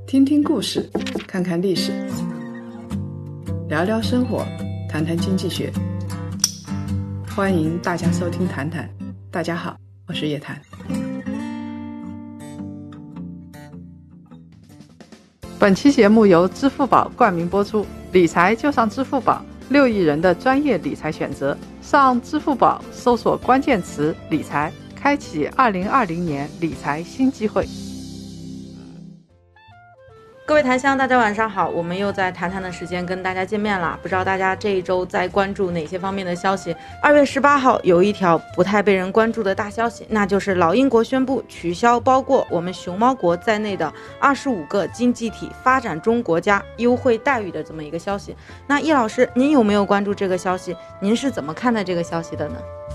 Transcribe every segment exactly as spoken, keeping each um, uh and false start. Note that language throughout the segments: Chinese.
听听故事，看看历史，聊聊生活，谈谈经济学。欢迎大家收听谈谈。大家好，我是叶檀。本期节目由支付宝冠名播出，理财就上支付宝，六亿人的专业理财选择。上支付宝搜索关键词理财，开启二零二零年理财新机会。 各位檀香，大家晚上好，我们又在谈谈的时间跟大家见面了。不知道大家这一周在关注哪些方面的消息？二月十八号有一条不太被人关注的大消息，那就是老英国宣布取消包括我们熊猫国在内的二十五个经济体发展中国家优惠待遇的这么一个消息。那叶老师，您有没有关注这个消息？您是怎么看待这个消息的呢？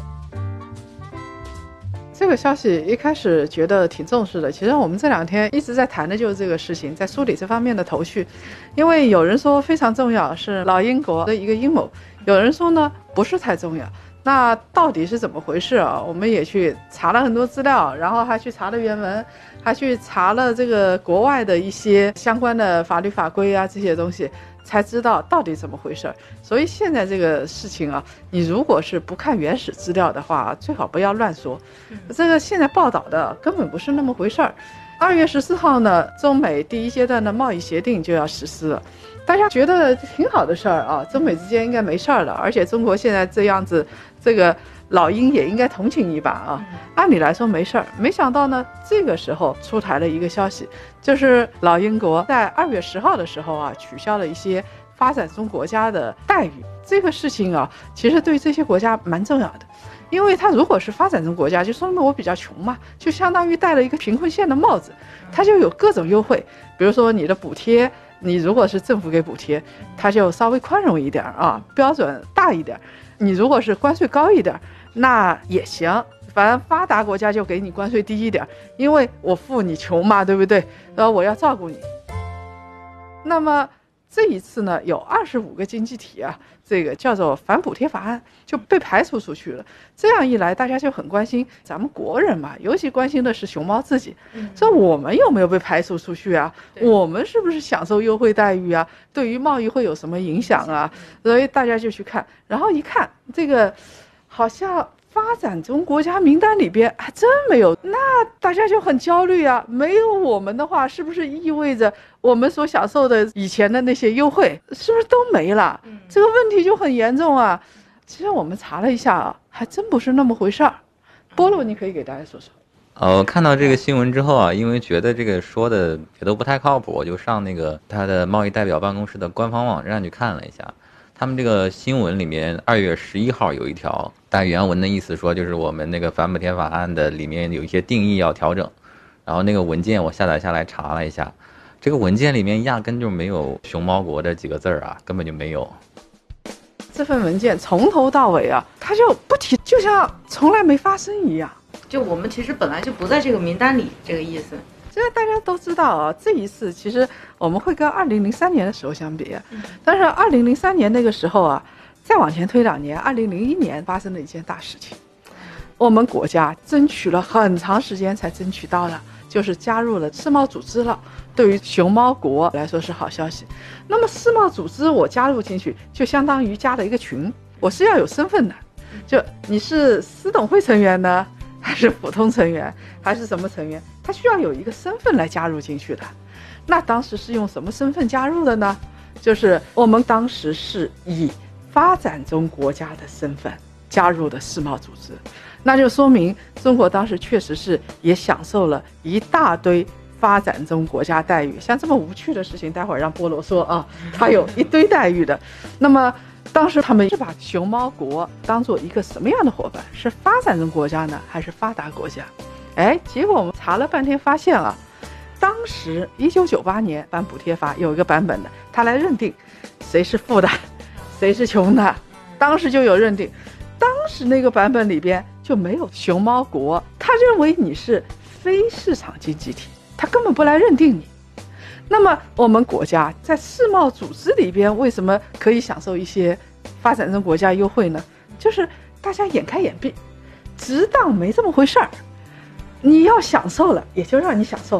这个消息一开始觉得挺重视的，其实我们这两天一直在谈的就是这个事情，在梳理这方面的头绪。因为有人说非常重要，是老英国的一个阴谋，有人说呢不是太重要。那到底是怎么回事啊？我们也去查了很多资料，然后还去查了原文，还去查了这个国外的一些相关的法律法规啊，这些东西才知道到底怎么回事。所以现在这个事情啊，你如果是不看原始资料的话，最好不要乱说。这个现在报道的根本不是那么回事儿。二月十四号呢，中美第一阶段的贸易协定就要实施了。大家觉得挺好的事儿啊，中美之间应该没事儿了，而且中国现在这样子，这个老英也应该同情一把啊。按理来说没事儿，没想到呢，这个时候出台了一个消息，就是老英国在二月十号的时候啊，取消了一些发展中国家的待遇。这个事情啊，其实对这些国家蛮重要的，因为它如果是发展中国家，就说明我比较穷嘛，就相当于戴了一个贫困县的帽子，它就有各种优惠，比如说你的补贴，你如果是政府给补贴，它就稍微宽容一点啊，标准大一点。你如果是关税高一点，那也行，反正发达国家就给你关税低一点，因为我富你穷嘛，对不对？然后我要照顾你。那么这一次呢，有二十五个经济体啊，这个叫做反补贴法案就被排除出去了。这样一来，大家就很关心咱们国人嘛，尤其关心的是熊猫自己，这我们有没有被排除出去啊？我们是不是享受优惠待遇啊？对于贸易会有什么影响啊？所以大家就去看，然后一看这个好像发展中国家名单里边还真没有，那大家就很焦虑啊。没有我们的话，是不是意味着我们所享受的以前的那些优惠是不是都没了？这个问题就很严重啊。其实我们查了一下啊，还真不是那么回事儿。波洛，你可以给大家说说。 呃，我看到这个新闻之后啊，因为觉得这个说的也都不太靠谱，我就上那个他的贸易代表办公室的官方网站去看了一下。他们这个新闻里面，二月十一号有一条，但原文的意思说就是我们那个反补贴法案的里面有一些定义要调整，然后那个文件我下载下来查了一下，这个文件里面压根就没有熊猫国这几个字儿啊，根本就没有。 这份文件从头到尾啊，它就不提，就像从来没发生一样。 就我们其实本来就不在这个名单里，这个意思。 现在大家都知道啊，这一次其实我们会跟二零零三年的时候相比，但是二零零三年那个时候啊，再往前推两年，二零零一年发生了一件大事情，我们国家争取了很长时间才争取到了，就是加入了世贸组织了。对于熊猫国来说是好消息。那么世贸组织我加入进去，就相当于加了一个群，我是要有身份的，就你是司董会成员呢，还是普通成员，还是什么成员，他需要有一个身份来加入进去的。那当时是用什么身份加入的呢？就是我们当时是以发展中国家的身份加入的世贸组织，那就说明中国当时确实是也享受了一大堆发展中国家待遇。像这么无趣的事情，待会儿让波罗说啊，他有一堆待遇的。那么当时他们是把熊猫国当做一个什么样的伙伴？是发展中国家呢，还是发达国家？哎，结果我们查了半天发现啊，当时一九九八年反补贴法有一个版本的，他来认定谁是富的，谁是穷的，当时就有认定。当时那个版本里边就没有熊猫国，他认为你是非市场经济体，他根本不来认定你。那么我们国家在世贸组织里边为什么可以享受一些发展中国家优惠呢？就是大家眼开眼闭，只当没这么回事儿。你要享受了，也就让你享受了，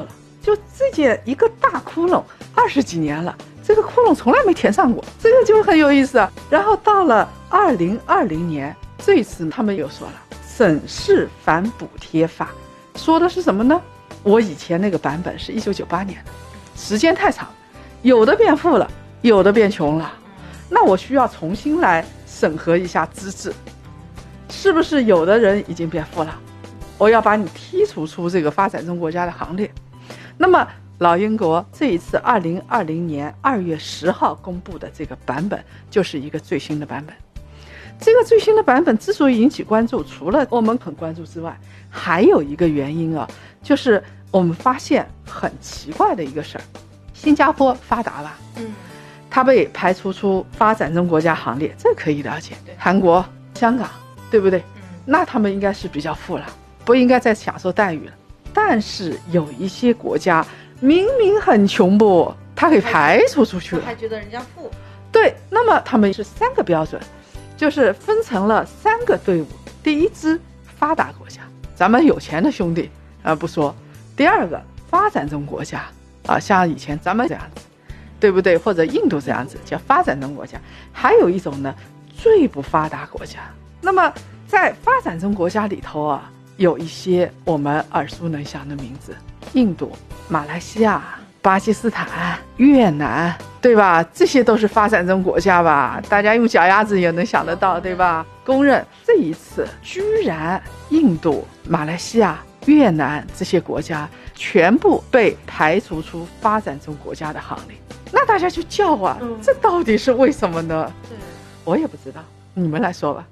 就这件一个大窟窿，二十几年了，这个窟窿从来没填上过，这个就很有意思啊。然后到了二零二零年，这次他们又说了省市反补贴法，说的是什么呢？我以前那个版本是一九九八年的，时间太长，有的变富了，有的变穷了，那我需要重新来审核一下资质，是不是有的人已经变富了，我要把你剔除出这个发展中国家的行列。那么老英国这一次二零二零年二月十号公布的这个版本就是一个最新的版本。这个最新的版本之所以引起关注，除了我们很关注之外，还有一个原因啊，就是我们发现很奇怪的一个事儿。新加坡发达吧，嗯，它被排除出发展中国家行列，这可以了解。韩国、香港，对不对？那他们应该是比较富了，不应该再享受待遇了。但是有一些国家明明很穷不，他给排除出去了， 还觉得人家富。 对，那么他们是三个标准，就是分成了三个队伍。第一支发达国家，咱们有钱的兄弟啊、呃、不说。第二个发展中国家啊，像以前咱们这样子，对不对？或者印度这样子叫发展中国家。还有一种呢，最不发达国家。那么在发展中国家里头啊，有一些我们耳熟能详的名字，印度、马来西亚、巴基斯坦、越南，对吧？这些都是发展中国家吧，大家用脚丫子也能想得到，对吧？公认这一次居然印度、马来西亚、越南这些国家全部被排除出发展中国家的行列，那大家就叫啊、嗯、这到底是为什么呢？对，我也不知道，你们来说吧。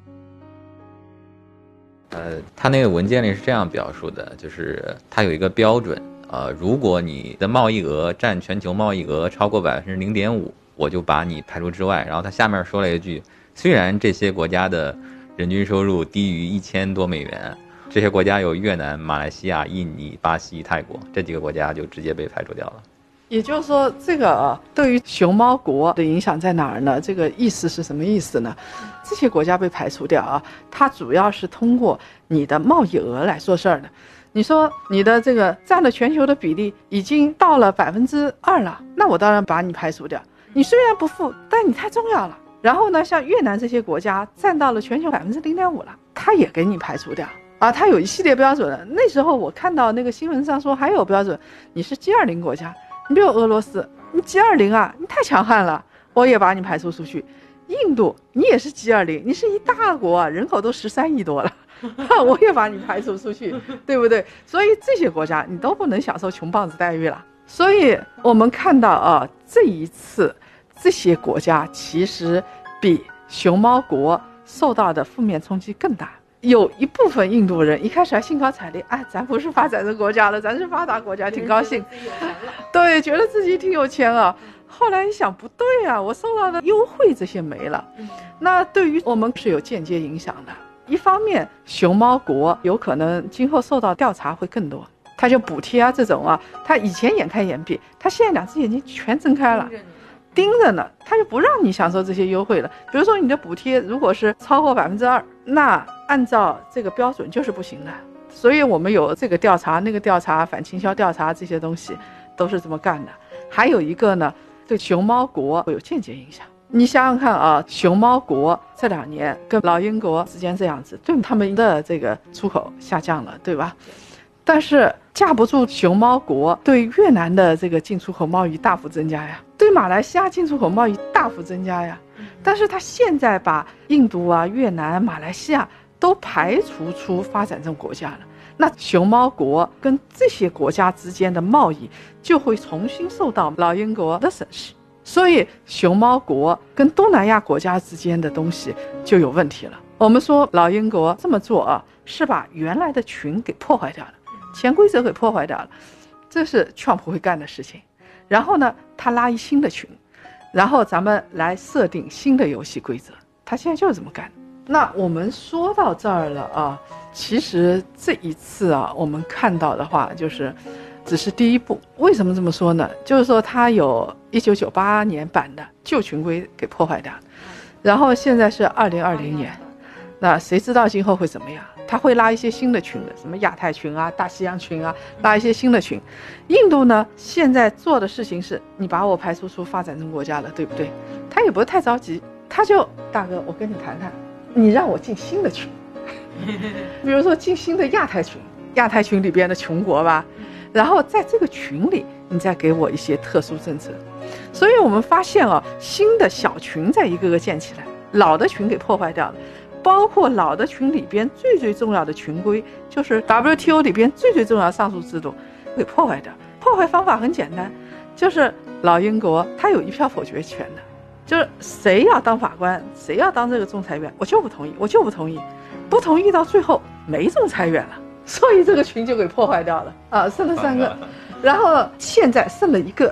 呃，他那个文件里是这样表述的，就是他有一个标准，呃，如果你的贸易额占全球贸易额超过百分之零点五，我就把你排除之外。然后他下面说了一句，虽然这些国家的人均收入低于一千多美元，这些国家有越南、马来西亚、印尼、巴西、泰国，这几个国家就直接被排除掉了。 也就是说，这个啊，对于熊猫国的影响在哪儿呢？这个意思是什么意思呢？这些国家被排除掉啊，它主要是通过你的贸易额来做事儿的。你说你的这个占了全球的比例已经到了百分之二了，那我当然把你排除掉。你虽然不富，但你太重要了。然后呢，像越南这些国家占到了全球百分之零点五了，它也给你排除掉。啊，它有一系列标准的。那时候我看到那个新闻上说还有标准，你是 G 二十 国家，你比如俄罗斯，你 G 二十 啊，你太强悍了，我也把你排除出去。印度，你也是 G 二十，你是一大国啊，人口都十三亿多了，我也把你排除出去，对不对？所以这些国家你都不能享受穷棒子待遇了。所以我们看到啊，这一次这些国家其实比熊猫国受到的负面冲击更大。有一部分印度人一开始还兴高采烈，哎，咱不是发展中国家了，咱是发达国家，挺高兴，对，觉得自己挺有钱啊。后来一想，不对啊，我受到的优惠这些没了，那对于我们是有间接影响的。一方面，熊猫国有可能今后受到调查会更多，他就补贴啊这种啊，他以前眼开眼闭，他现在两只眼睛全睁开了。盯着呢，他就不让你享受这些优惠了。比如说你的补贴如果是超过百分之二，那按照这个标准就是不行的。所以我们有这个调查、那个调查、反倾销调查这些东西都是这么干的。还有一个呢，对熊猫国会有间接影响。你想想看啊，熊猫国这两年跟老英国之间这样子，对他们的这个出口下降了，对吧？但是架不住熊猫国对越南的这个进出口贸易大幅增加呀，对马来西亚进出口贸易大幅增加呀。但是他现在把印度啊、越南、马来西亚都排除出发展中国家了，那熊猫国跟这些国家之间的贸易就会重新受到老英国的审视，所以熊猫国跟东南亚国家之间的东西就有问题了。我们说老英国这么做啊，是把原来的群给破坏掉了，潜规则给破坏掉了，这是川普会干的事情。然后呢，他拉一新的群，然后咱们来设定新的游戏规则，他现在就是这么干。那我们说到这儿了啊，其实这一次啊，我们看到的话就是只是第一步。为什么这么说呢？就是说他有一九九八年版的旧群规给破坏掉了，然后现在是二零二零年，那谁知道今后会怎么样？ 他会拉一些新的群的，什么亚太群啊、大西洋群啊，拉一些新的群。印度呢，现在做的事情是，你把我排除出发展中国家了，对不对？他也不是太着急，他就大哥，我跟你谈谈，你让我进新的群，比如说进新的亚太群，亚太群里边的穷国吧，然后在这个群里，你再给我一些特殊政策。所以我们发现啊，新的小群在一个个建起来，老的群给破坏掉了。包括老的群里边最最重要的群规，就是 W T O 里边最最重要的上述制度给破坏掉。破坏方法很简单，就是老英国他有一票否决权的，就是谁要当法官，谁要当这个仲裁员，我就不同意，我就不同意，不同意到最后没仲裁员了，所以这个群就给破坏掉了啊，剩了三个，然后现在剩了一个。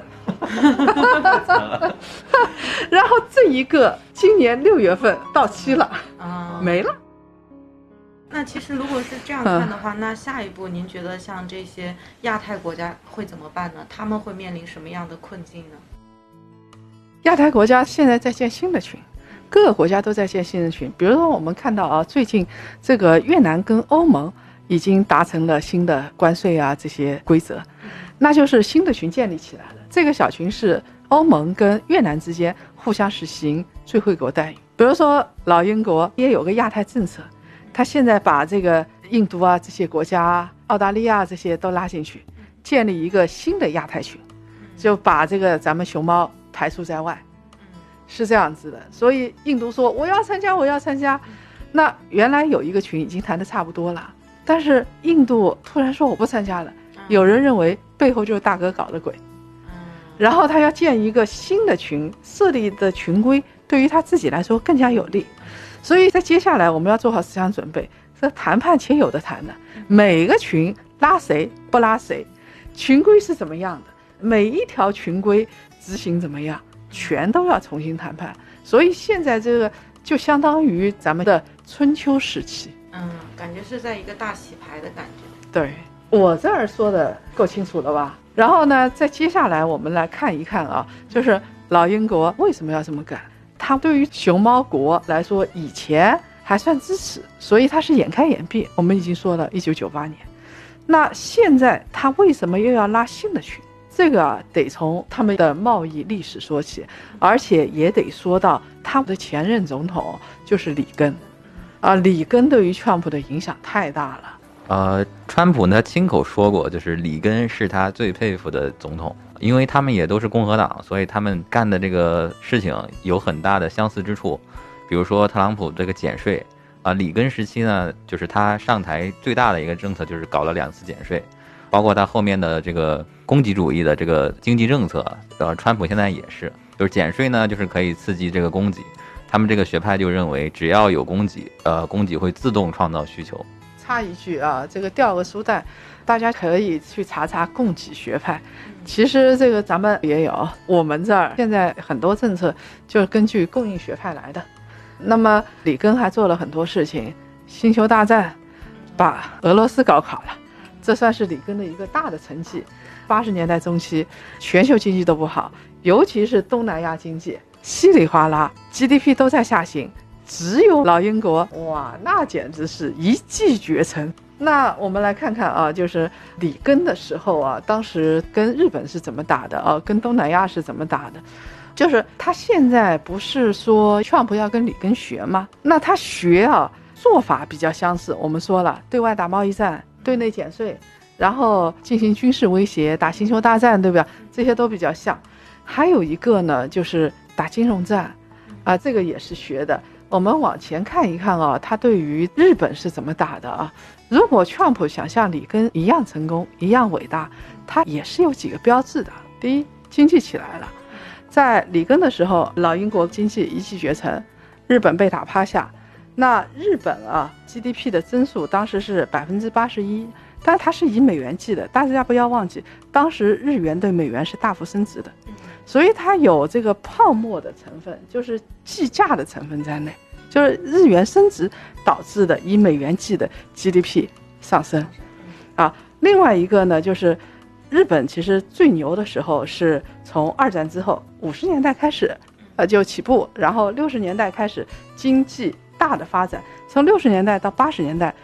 然后这一个今年六月份到期了，啊，没了。 那其实如果是这样看的话，嗯，那下一步您觉得像这些亚太国家会怎么办呢？他们会面临什么样的困境呢？ 亚太国家现在在建新的群，各个国家都在建新的群。比如说我们看到啊，最近这个越南跟欧盟已经达成了新的关税啊这些规则，那就是新的群建立起来了。这个小群是欧盟跟越南之间互相实行最惠国待遇。比如说老英国也有个亚太政策，他现在把这个印度啊这些国家、澳大利亚这些都拉进去，建立一个新的亚太群，就把这个咱们熊猫排除在外，是这样子的。所以印度说我要参加，我要参加。那原来有一个群已经谈得差不多了，但是印度突然说我不参加了，有人认为背后就是大哥搞的鬼。然后他要建一个新的群，设立的群规对于他自己来说更加有利，所以在接下来我们要做好思想准备，这谈判且有的谈的，每个群拉谁不拉谁，群规是怎么样的，每一条群规执行怎么样，全都要重新谈判。所以现在这个就相当于咱们的春秋时期， 嗯，感觉是在一个大洗牌的感觉。 对，我这儿说的够清楚了吧？然后呢，再接下来我们来看一看啊，就是老英国为什么要这么干？他对于熊猫国来说，以前还算支持，所以他是眼开眼闭。我们已经说了，一九九八年，那现在他为什么又要拉新的群？这个啊，得从他们的贸易历史说起，而且也得说到他们的前任总统就是里根，啊，里根对于川普的影响太大了。 呃，川普呢亲口说过，就是里根是他最佩服的总统，因为他们也都是共和党，所以他们干的这个事情有很大的相似之处。比如说特朗普这个减税啊，里根时期呢，就是他上台最大的一个政策就是搞了两次减税，包括他后面的这个供给主义的这个经济政策，呃，川普现在也是，就是减税呢，就是可以刺激这个供给。他们这个学派就认为，只要有供给，呃，供给会自动创造需求。 插一句啊，这个掉个书袋，大家可以去查查供给学派。其实这个咱们也有，我们这儿现在很多政策就是根据供应学派来的。那么里根还做了很多事情，星球大战把俄罗斯搞垮了，这算是里根的一个大的成绩。八十年代中期，全球经济都不好，尤其是东南亚经济稀里哗啦 ，G D P 都在下行。只有老英国，哇，那简直是一骑绝尘。那我们来看看啊，就是里根的时候啊，当时跟日本是怎么打的啊，跟东南亚是怎么打的？就是他现在不是说川普要跟里根学吗？那他学啊，做法比较相似。我们说了，对外打贸易战，对内减税，然后进行军事威胁，打星球大战，对吧？这些都比较像。还有一个呢，就是打金融战，啊，这个也是学的。我们往前看一看啊，他对于日本是怎么打的啊？如果川普想像里根一样成功、一样伟大，他也是有几个标志的。第一，经济起来了，在里根的时候，老英国经济一骑绝尘，日本被打趴下。那日本啊 ，G D P 的增速当时是百分之八十一，但它是以美元计的，大家不要忘记，当时日元对美元是大幅升值的。所以它有这个泡沫的成分，就是计价的成分在内，就是日元升值导致的以美元计的 G D P 上升啊。另外一个呢，就是日本其实最牛的时候是从二战之后五十年代开始呃就起步，然后六十年代开始经济大的发展，从六十年代到八十年代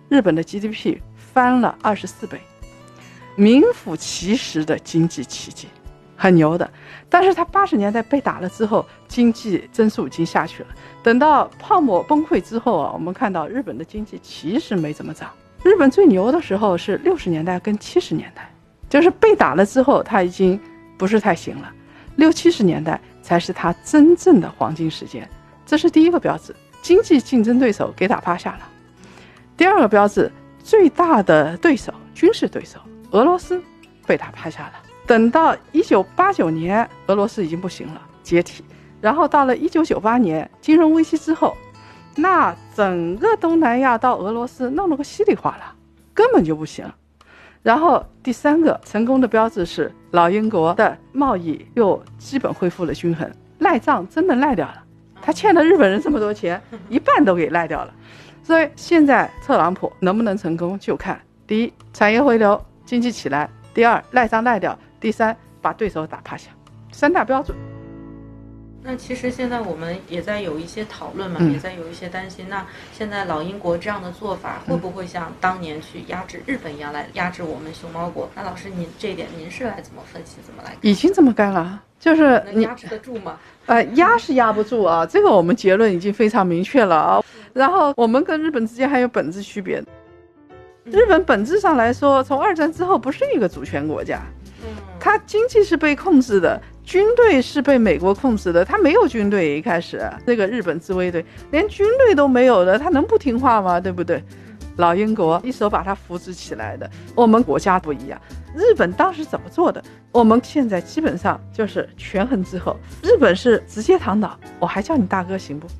日本的 G D P 翻了二十四倍，名副其实的经济奇迹，很牛的。但是它八十年代被打了之后，经济增速已经下去了。等到泡沫崩溃之后啊，我们看到日本的经济其实没怎么涨。日本最牛的时候是六十年代跟七十年代，就是被打了之后，它已经不是太行了。六七十年代才是它真正的黄金时间，这是第一个标志，经济竞争对手给打趴下了。第二个标志，最大的对手，军事对手俄罗斯被打趴下了。等到一九八九年，俄罗斯已经不行了，解体。然后到了一九九八年金融危机之后，那整个东南亚到俄罗斯弄了个稀里哗啦，根本就不行。然后第三个成功的标志是老英国的贸易又基本恢复了均衡，赖账真的赖掉了，他欠了日本人这么多钱，一半都给赖掉了。所以现在特朗普能不能成功，就看第一产业回流，经济起来；第二赖账赖掉；第三把对手打趴下，三大标准。 那其实现在我们也在有一些讨论嘛， 嗯、 也在有一些担心。那现在老英国这样的做法，会不会像当年去压制日本一样来压制我们熊猫国？那老师，您这一点您是来怎么分析，怎么来看？ 已经这么干了，就是能压制得住吗？ 呃，压是压不住啊，这个我们结论已经非常明确了啊。然后我们跟日本之间还有本质区别，日本本质上来说，从二战之后不是一个主权国家，它经济是被控制的。军队是被美国控制的，他没有军队，一开始这个日本自卫队连军队都没有的，他能不听话吗？对不对？老英国一手把他扶植起来的，我们国家不一样。日本当时怎么做的？我们现在基本上就是权衡之后，日本是直接躺倒，我还叫你大哥行不？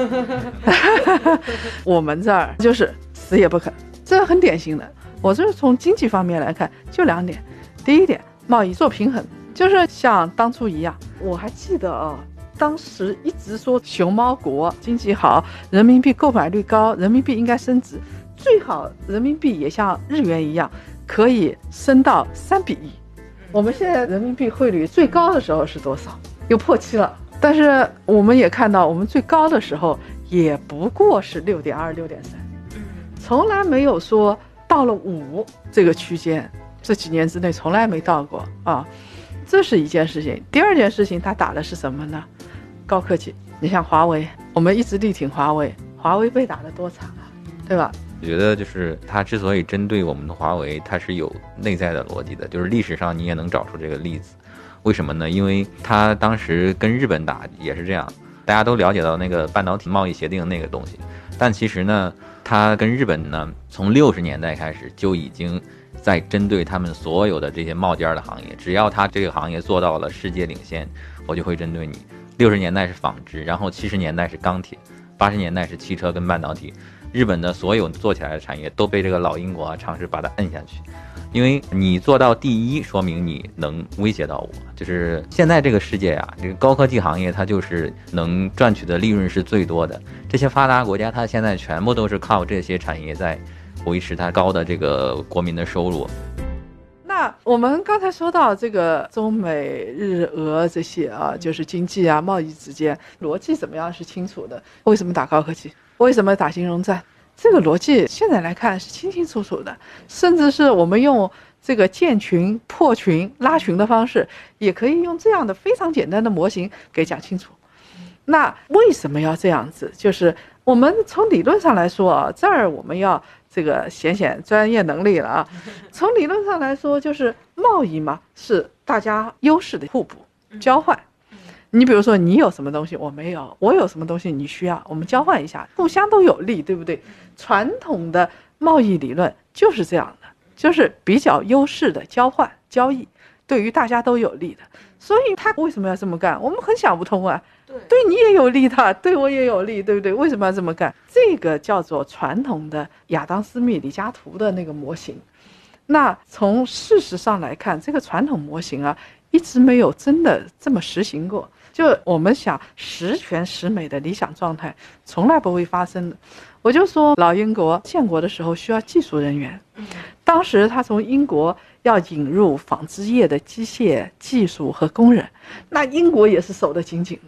我们这儿就是死也不肯，这很典型的。我这是从经济方面来看，就两点。第一点，贸易做平衡。就是像当初一样，我还记得啊，当时一直说熊猫国经济好，人民币购买率高，人民币应该升值，最好人民币也像日元一样可以升到三比一。我们现在人民币汇率最高的时候是多少？又破七了。但是我们也看到，我们最高的时候也不过是六点二、六点三，从来没有说到了五这个区间，这几年之内从来没到过啊。这是一件事情。第二件事情，他打的是什么呢？高科技。你像华为，我们一直力挺华为，华为被打得多惨啊，对吧？ 我觉得就是他之所以针对我们的华为，它是有内在的逻辑的，就是历史上你也能找出这个例子。为什么呢？因为他当时跟日本打也是这样，大家都了解到那个半导体贸易协定那个东西，但其实呢，他跟日本呢，从六十年代开始就已经在针对他们所有的这些冒尖的行业，只要他这个行业做到了世界领先，我就会针对你。六十年代是纺织，然后七十年代是钢铁，八十年代是汽车跟半导体。日本的所有做起来的产业都被这个老英国啊尝试把它摁下去，因为你做到第一，说明你能威胁到我。就是现在这个世界啊，这个高科技行业它就是能赚取的利润是最多的。这些发达国家它现在全部都是靠这些产业在维持它高的这个国民的收入。 那我们刚才说到这个中美日俄这些啊，就是经济啊贸易之间逻辑怎么样是清楚的。为什么打高科技？为什么打金融战？这个逻辑现在来看是清清楚楚的，甚至是我们用这个建群、破群、拉群的方式，也可以用这样的非常简单的模型给讲清楚。那为什么要这样子？就是我们从理论上来说啊，这儿我们要这个显显专业能力了啊。从理论上来说，就是贸易嘛，是大家优势的互补交换。你比如说你有什么东西我没有，我有什么东西你需要，我们交换一下，互相都有利，对不对？传统的贸易理论就是这样的，就是比较优势的交换交易，对于大家都有利的。所以他为什么要这么干？我们很想不通啊。对你也有利的，对我也有利，对不对？为什么要这么干？这个叫做传统的亚当斯密李嘉图的那个模型。那从事实上来看，这个传统模型啊一直没有真的这么实行过。就我们想十全十美的理想状态从来不会发生的。我就说老英国建国的时候需要技术人员，当时他从英国要引入纺织业的机械技术和工人，那英国也是守得紧紧的。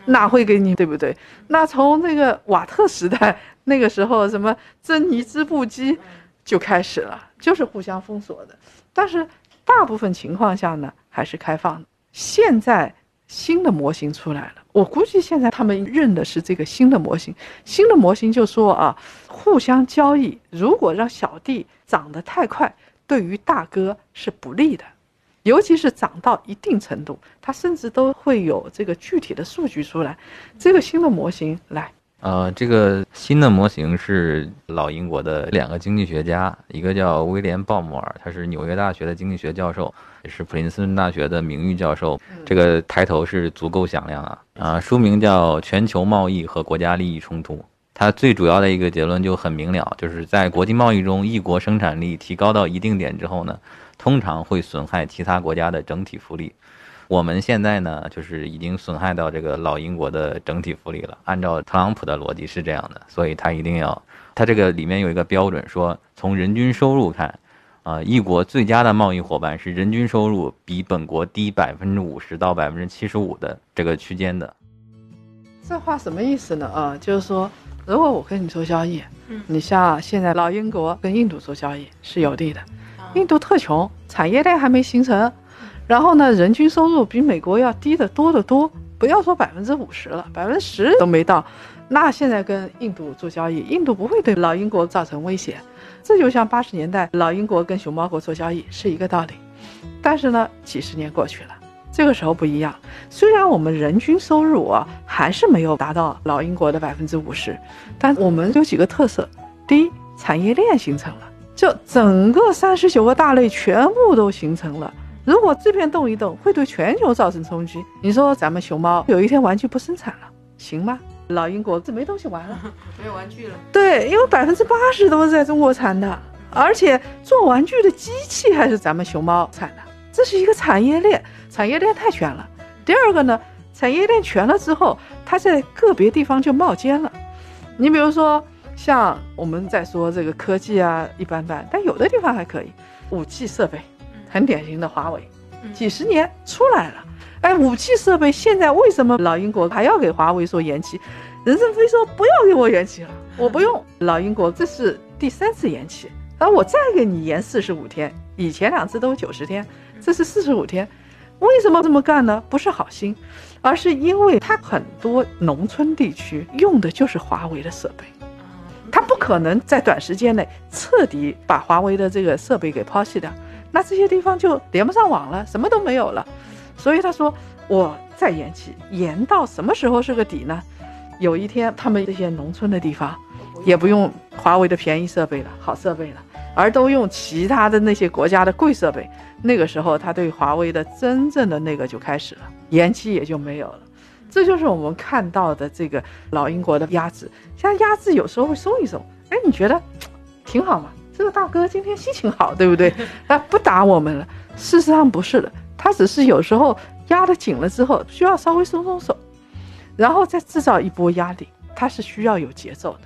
哪会给你，对不对？那从那个瓦特时代那个时候，什么珍妮织布机就开始了，就是互相封锁的。但是大部分情况下呢，还是开放的。现在新的模型出来了，我估计现在他们认的是这个新的模型。新的模型就说啊，互相交易，如果让小弟涨得太快，对于大哥是不利的。尤其是涨到一定程度，它甚至都会有这个具体的数据出来。这个新的模型来， 呃，这个新的模型是老英国的两个经济学家，一个叫威廉·鲍姆尔，他是纽约大学的经济学教授，也是普林斯顿大学的名誉教授。这个抬头是足够响亮啊！啊，书名叫《全球贸易和国家利益冲突》。它最主要的一个结论就很明了，就是在国际贸易中，一国生产力提高到一定点之后呢，通常会损害其他国家的整体福利。我们现在呢，就是已经损害到这个老英国的整体福利了。按照特朗普的逻辑是这样的，所以他一定要，他这个里面有一个标准，说从人均收入看，啊、呃，一国最佳的贸易伙伴是人均收入比本国低百分之五十到百分之七十五的这个区间的。 这话什么意思呢？啊，就是说，如果我跟你做交易，你像现在老英国跟印度做交易是有利的，印度特穷，产业链还没形成，然后呢，人均收入比美国要低得多得多，不要说百分之五十了，百分之十都没到。那现在跟印度做交易，印度不会对老英国造成威胁，这就像八十年代老英国跟熊猫国做交易是一个道理。但是呢，几十年过去了，这个时候不一样。虽然我们人均收入啊还是没有达到老英国的百分之五十，但我们有几个特色：第一，产业链形成了，就整个三十九个大类全部都形成了。如果这边动一动，会对全球造成冲击。你说咱们熊猫有一天玩具不生产了，行吗？老英国这没东西玩了， 没有玩具了。 对，因为百分之八十都是在中国产的，而且做玩具的机器还是咱们熊猫产的，这是一个产业链，产业链太全了。第二个呢，产业链全了之后，它在个别地方就冒尖了。你比如说，像我们在说这个科技啊，一般般，但有的地方还可以。五 G 设备，很典型的华为，几十年出来了。哎，五 G 设备现在为什么老英国还要给华为说延期？任正非说不要给我延期了，我不用。老英国这是第三次延期，然后我再给你延四十五天，以前两次都九十天，这是四十五天。为什么这么干呢？不是好心，而是因为它很多农村地区用的就是华为的设备，它不可能在短时间内彻底把华为的这个设备给抛弃掉，那这些地方就连不上网了，什么都没有了。所以他说我再延期，延到什么时候是个底呢？有一天他们这些农村的地方也不用华为的便宜设备了，好设备了，而都用其他的那些国家的贵设备，那个时候他对华为的真正的那个就开始了，延期也就没有了。这就是我们看到的这个老英国的压制，像压制有时候会松一松，哎，你觉得挺好嘛？这个大哥今天心情好，对不对？他不打我们了。事实上不是的，他只是有时候压得紧了之后，需要稍微松松手，然后再制造一波压力，它是需要有节奏的。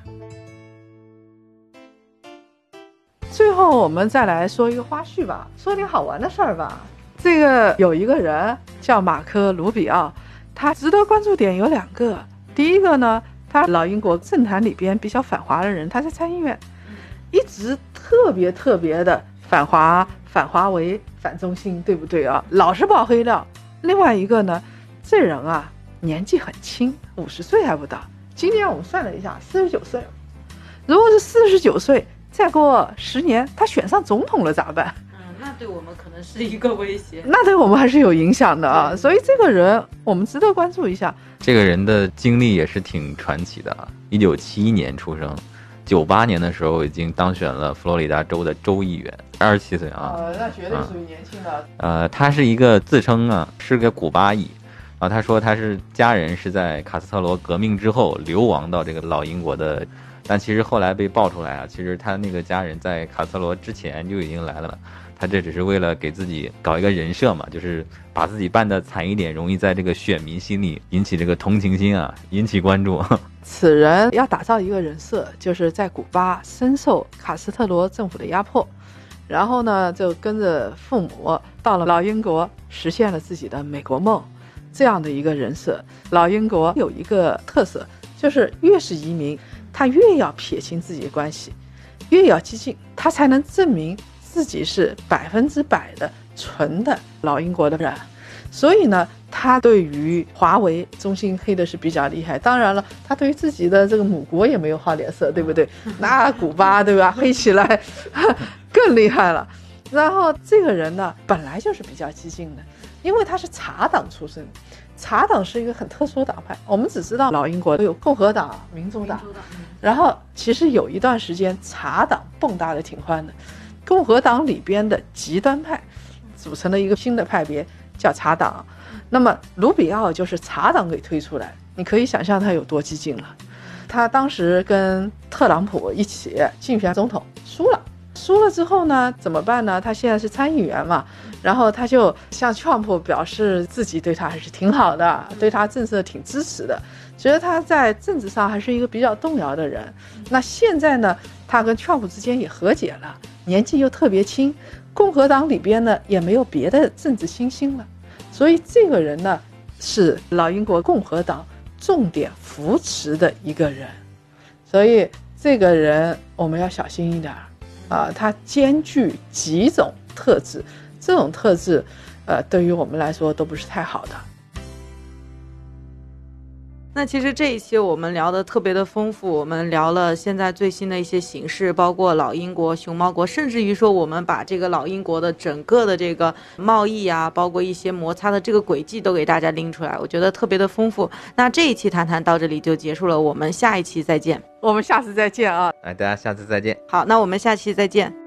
最后我们再来说一个花絮吧，说点好玩的事儿吧。这个有一个人叫马科·卢比奥，他值得关注点有两个。第一个呢，他老英国政坛里边比较反华的人，他在参议院一直特别特别的反华、反华为、反中心，对不对啊？老是爆黑料。另外一个呢，这人啊年纪很轻，五十岁还不到。今年我们算了一下，四十九岁了。如果是四十九岁，再过十年他选上总统了咋办？ 嗯，那对我们可能是一个威胁， 那对我们还是有影响的啊。所以这个人我们值得关注一下。 这个人的经历也是挺传奇的啊，一九七一年出生。九八年的时候已经当选了佛罗里达州的州议员，二十七岁啊， 呃，那绝对属于年轻的。 呃，他是一个自称啊是个古巴裔，然后他说他是家人是在卡斯特罗革命之后流亡到这个老英国的，但其实后来被爆出来啊，其实他那个家人在卡斯特罗之前就已经来了，他这只是为了给自己搞一个人设嘛，就是把自己办得惨一点，容易在这个选民心里引起这个同情心啊，引起关注。 此人要打造一个人设，就是在古巴深受卡斯特罗政府的压迫，然后呢就跟着父母到了老英国，实现了自己的美国梦。 这样的一个人设。老英国有一个特色，就是越是移民，他越要撇清自己的关系，越要激进，他才能证明自己是百分之百的纯的老英国的人。所以呢，他对于华为、中兴黑的是比较厉害。当然了，他对于自己的这个母国也没有好脸色，对不对？那古巴，对吧，黑起来更厉害了。然后这个人呢，本来就是比较激进的，因为他是茶党出身。茶党是一个很特殊的党派，我们只知道老英国有共和党、民主党，然后其实有一段时间茶党蹦跶的挺欢的，共和党里边的极端派组成了一个新的派别，叫茶党。那么卢比奥就是茶党给推出来，你可以想象他有多激进了。他当时跟特朗普一起竞选总统，输了。输了之后呢，怎么办呢？他现在是参议员嘛，然后他就向川普表示自己对他还是挺好的，对他政策挺支持的，觉得他在政治上还是一个比较动摇的人。那现在呢，他跟川普之间也和解了，年纪又特别轻，共和党里边呢也没有别的政治新星了，所以这个人呢是老英国共和党重点扶持的一个人。所以这个人我们要小心一点啊，它兼具几种特质，这种特质，呃，对于我们来说都不是太好的。 那其实这一期我们聊的特别的丰富，我们聊了现在最新的一些形势，包括老英国、熊猫国，甚至于说我们把这个老英国的整个的这个贸易啊，包括一些摩擦的这个轨迹都给大家拎出来，我觉得特别的丰富。那这一期谈谈到这里就结束了，我们下一期再见。 我们下次再见啊！ 哎，大家下次再见。 好，那我们下期再见。